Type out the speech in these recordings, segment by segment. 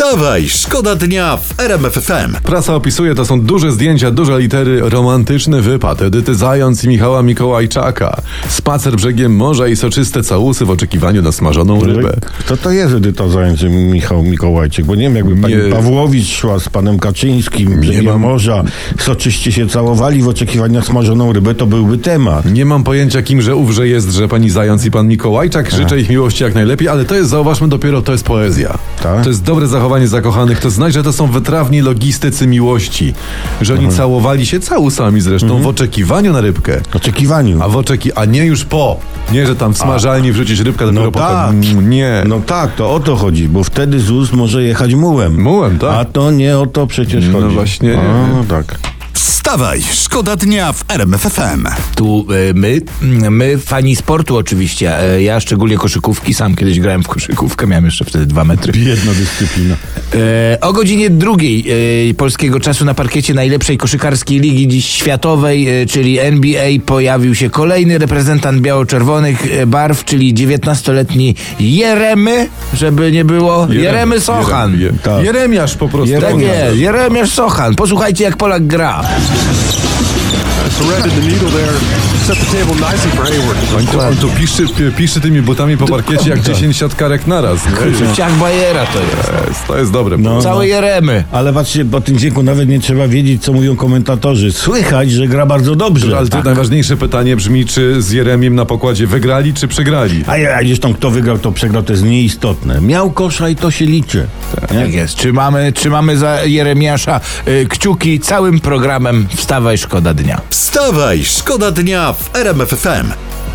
Wstawaj, szkoda dnia w RMF FM. Prasa opisuje, to są duże zdjęcia, duże litery, romantyczny wypad Edyty Zając i Michała Mikołajczaka. Spacer brzegiem morza i soczyste całusy w oczekiwaniu na smażoną rybę. Kto to jest Edyta Zając i Michał Mikołajczyk? Bo nie wiem, jakby pani Pawłowicz szła z panem Kaczyńskim brzegiem morza, soczyście się całowali w oczekiwaniu na smażoną rybę, to byłby temat. Nie mam pojęcia, kimże ówże jest, że pani Zając i pan Mikołajczak. Życzę ich miłości jak najlepiej, ale to jest, zauważmy, dopiero to jest poezja. Tak? To jest dobre zachowanie zakochanych. To znaczy, że to są wytrawni logistycy miłości. Że oni całowali się całusami zresztą w oczekiwaniu na rybkę. Oczekiwaniu. A nie już po. Nie, że tam w smażalni wrzucić rybkę, dopiero No potem. tak. Nie. No tak, to o to chodzi, bo wtedy ZUS może jechać mułem. Mułem, tak. A to nie o to przecież chodzi. No właśnie. No tak. Wstawaj, szkoda dnia w RMF FM. Tu my fani sportu oczywiście, ja szczególnie koszykówki, sam kiedyś grałem w koszykówkę, miałem jeszcze wtedy 2 metry. Biedna dyscyplina. O godzinie 2 polskiego czasu na parkiecie najlepszej koszykarskiej ligi dziś światowej, czyli NBA, pojawił się kolejny reprezentant biało-czerwonych barw, czyli 19-letni Jeremy, żeby nie było, Jeremy Sochan. Tak. Jeremiasz po prostu. Tak jest, Jeremiasz Sochan. Posłuchajcie, jak Polak gra. Threaded the needle there, set the table nicely for Hayward. On tu pisze tymi butami po parkiecie jak 10 siatkarek naraz. Ciach Bajera to jest. To jest dobre. Całe Jeremy. Ale patrzcie, po tym dźwięku nawet nie trzeba wiedzieć, co mówią komentatorzy. Słychać, że gra bardzo dobrze. Ale to najważniejsze pytanie brzmi, czy z Jeremiem na pokładzie wygrali, czy przegrali? A zresztą kto wygrał, to przegrał, to jest nieistotne. Miał kosza i to się liczy. Tak jest. Trzymamy za Jeremiasza kciuki całym programem Wstawaj, szkoda dnia. Wstawaj, szkoda dnia w RMF FM.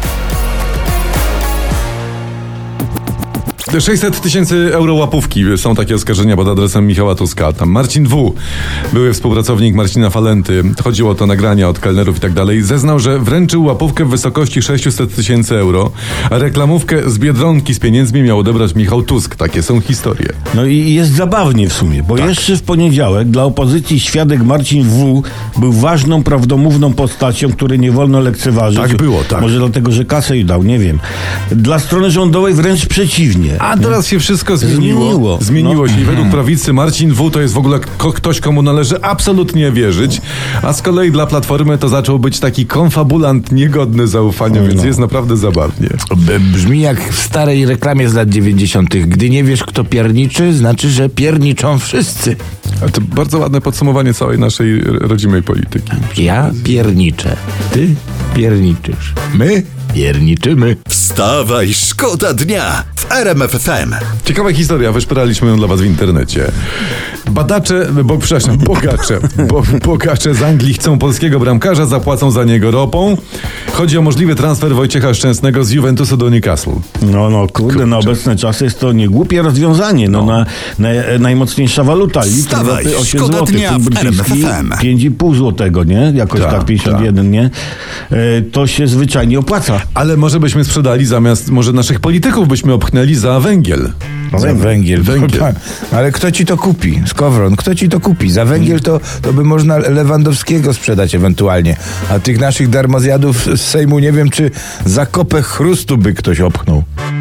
600 000 euro łapówki. Są takie oskarżenia pod adresem Michała Tuska. Tam Marcin W., były współpracownik Marcina Falenty, chodziło o to nagrania od kelnerów i tak dalej, zeznał, że wręczył łapówkę w wysokości 600 000 euro, a reklamówkę z Biedronki z pieniędzmi miał odebrać Michał Tusk. Takie są historie. No i jest zabawnie w sumie, bo jeszcze w poniedziałek dla opozycji świadek Marcin W. był ważną, prawdomówną postacią, której nie wolno lekceważyć. Tak było, tak. Może dlatego, że kasę jej dał, nie wiem. Dla strony rządowej wręcz przeciwnie. A teraz się wszystko zmieniło. Zmieniło się i według prawicy Marcin W. to jest w ogóle ktoś, komu należy absolutnie wierzyć, a z kolei dla Platformy to zaczął być taki konfabulant niegodny zaufania, więc jest naprawdę zabawnie. Brzmi jak w starej reklamie z lat 90. Gdy nie wiesz, kto pierniczy, znaczy, że pierniczą wszyscy. Ale to bardzo ładne podsumowanie całej naszej rodzimej polityki. Ja pierniczę, ty pierniczysz, my pierniczymy. Wstawaj, szkoda dnia w RMF FM. Ciekawa historia, wyszperaliśmy ją dla was w internecie. Bogacze z Anglii chcą polskiego bramkarza, zapłacą za niego ropą. Chodzi o możliwy transfer Wojciecha Szczęsnego z Juventusu do Newcastle. Kurde, na obecne czasy jest to niegłupie rozwiązanie. Na najmocniejsza waluta. Litr Wstawaj, ropy 8 szkoda zł. dnia w RMF FM. 5,5 złotego, nie? Jakoś tak 51, nie? To się zwyczajnie opłaca. Ale może byśmy sprzedali może naszych polityków byśmy opchnęli za węgiel. Za węgiel. Ale kto ci to kupi? Skowron, kto ci to kupi? Za węgiel to by można Lewandowskiego sprzedać ewentualnie. A tych naszych darmozjadów z Sejmu nie wiem, czy za kopę chrustu by ktoś opchnął.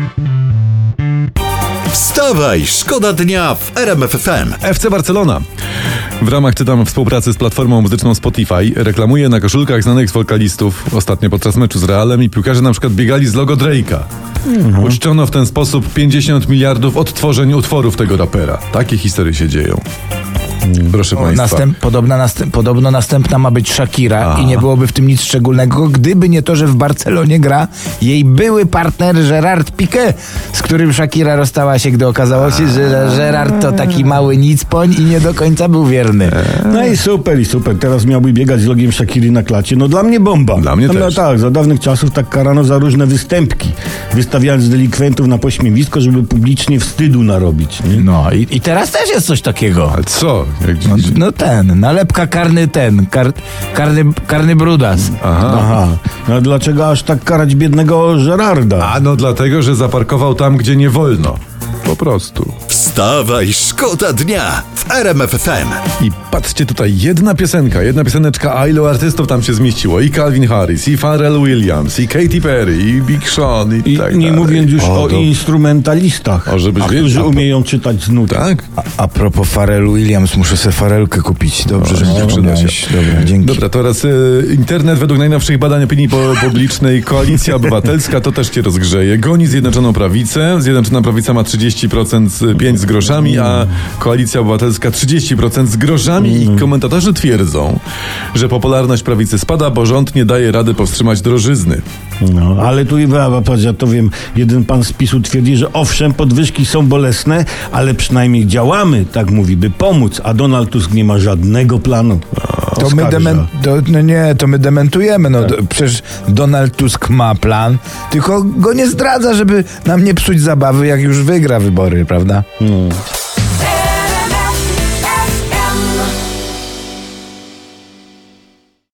Wstawaj, szkoda dnia w RMF FM. FC Barcelona w ramach, czytam, współpracy z platformą muzyczną Spotify reklamuje na koszulkach znanych z wokalistów ostatnio podczas meczu z Realem i piłkarze na przykład biegali z logo Drake'a. Uczczono w ten sposób 50 miliardów odtworzeń utworów tego rapera. Takie historie się dzieją. Proszę państwa. Podobno następna ma być Shakira i nie byłoby w tym nic szczególnego, gdyby nie to, że w Barcelonie gra jej były partner Gerard Piqué, z którym Shakira rozstała się, gdy okazało się, że Gerard to taki mały nicpoń i nie do końca był wierny. No i super. Teraz miałby biegać z logiem Shakiry na klacie. No dla mnie bomba. Dla mnie też. No tak, za dawnych czasów tak karano za różne występki, wystawiając delikwentów na pośmiewisko, żeby publicznie wstydu narobić. Nie? No i teraz też jest coś takiego. Ale co? Nalepka karny brudas. Aha. No dlaczego aż tak karać biednego Gerarda? Dlatego, że zaparkował tam, gdzie nie wolno. Po Po prostu. Wstawaj, szkoda dnia w RMF FM. I patrzcie tutaj, jedna pioseneczka, a ilu artystów tam się zmieściło. I Calvin Harris, i Pharrell Williams, i Katy Perry, i Big Sean, i I tak nie dalej. mówiąc już o instrumentalistach, O, żebyś którzy wiedział. umieją czytać z nut. Tak? A propos Pharrell Williams, muszę sobie farelkę kupić. Dobrze, że mi to przyniosłeś. Dobra, dzięki. Dobra, teraz internet według najnowszych badań opinii publicznej, Koalicja Obywatelska, to też cię rozgrzeje. Goni Zjednoczoną Prawicę. Zjednoczona Prawica ma 30% 5 z groszami, a Koalicja Obywatelska 30% z groszami i komentatorzy twierdzą, że popularność prawicy spada, bo rząd nie daje rady powstrzymać drożyzny. No, ale tu ja to wiem, jeden pan z PiS-u twierdzi, że owszem, podwyżki są bolesne, ale przynajmniej działamy, tak mówi, by pomóc, a Donald Tusk nie ma żadnego planu. To my dementujemy. Przecież Donald Tusk ma plan, tylko go nie zdradza, żeby nam nie psuć zabawy, jak już wygra wybory, prawda?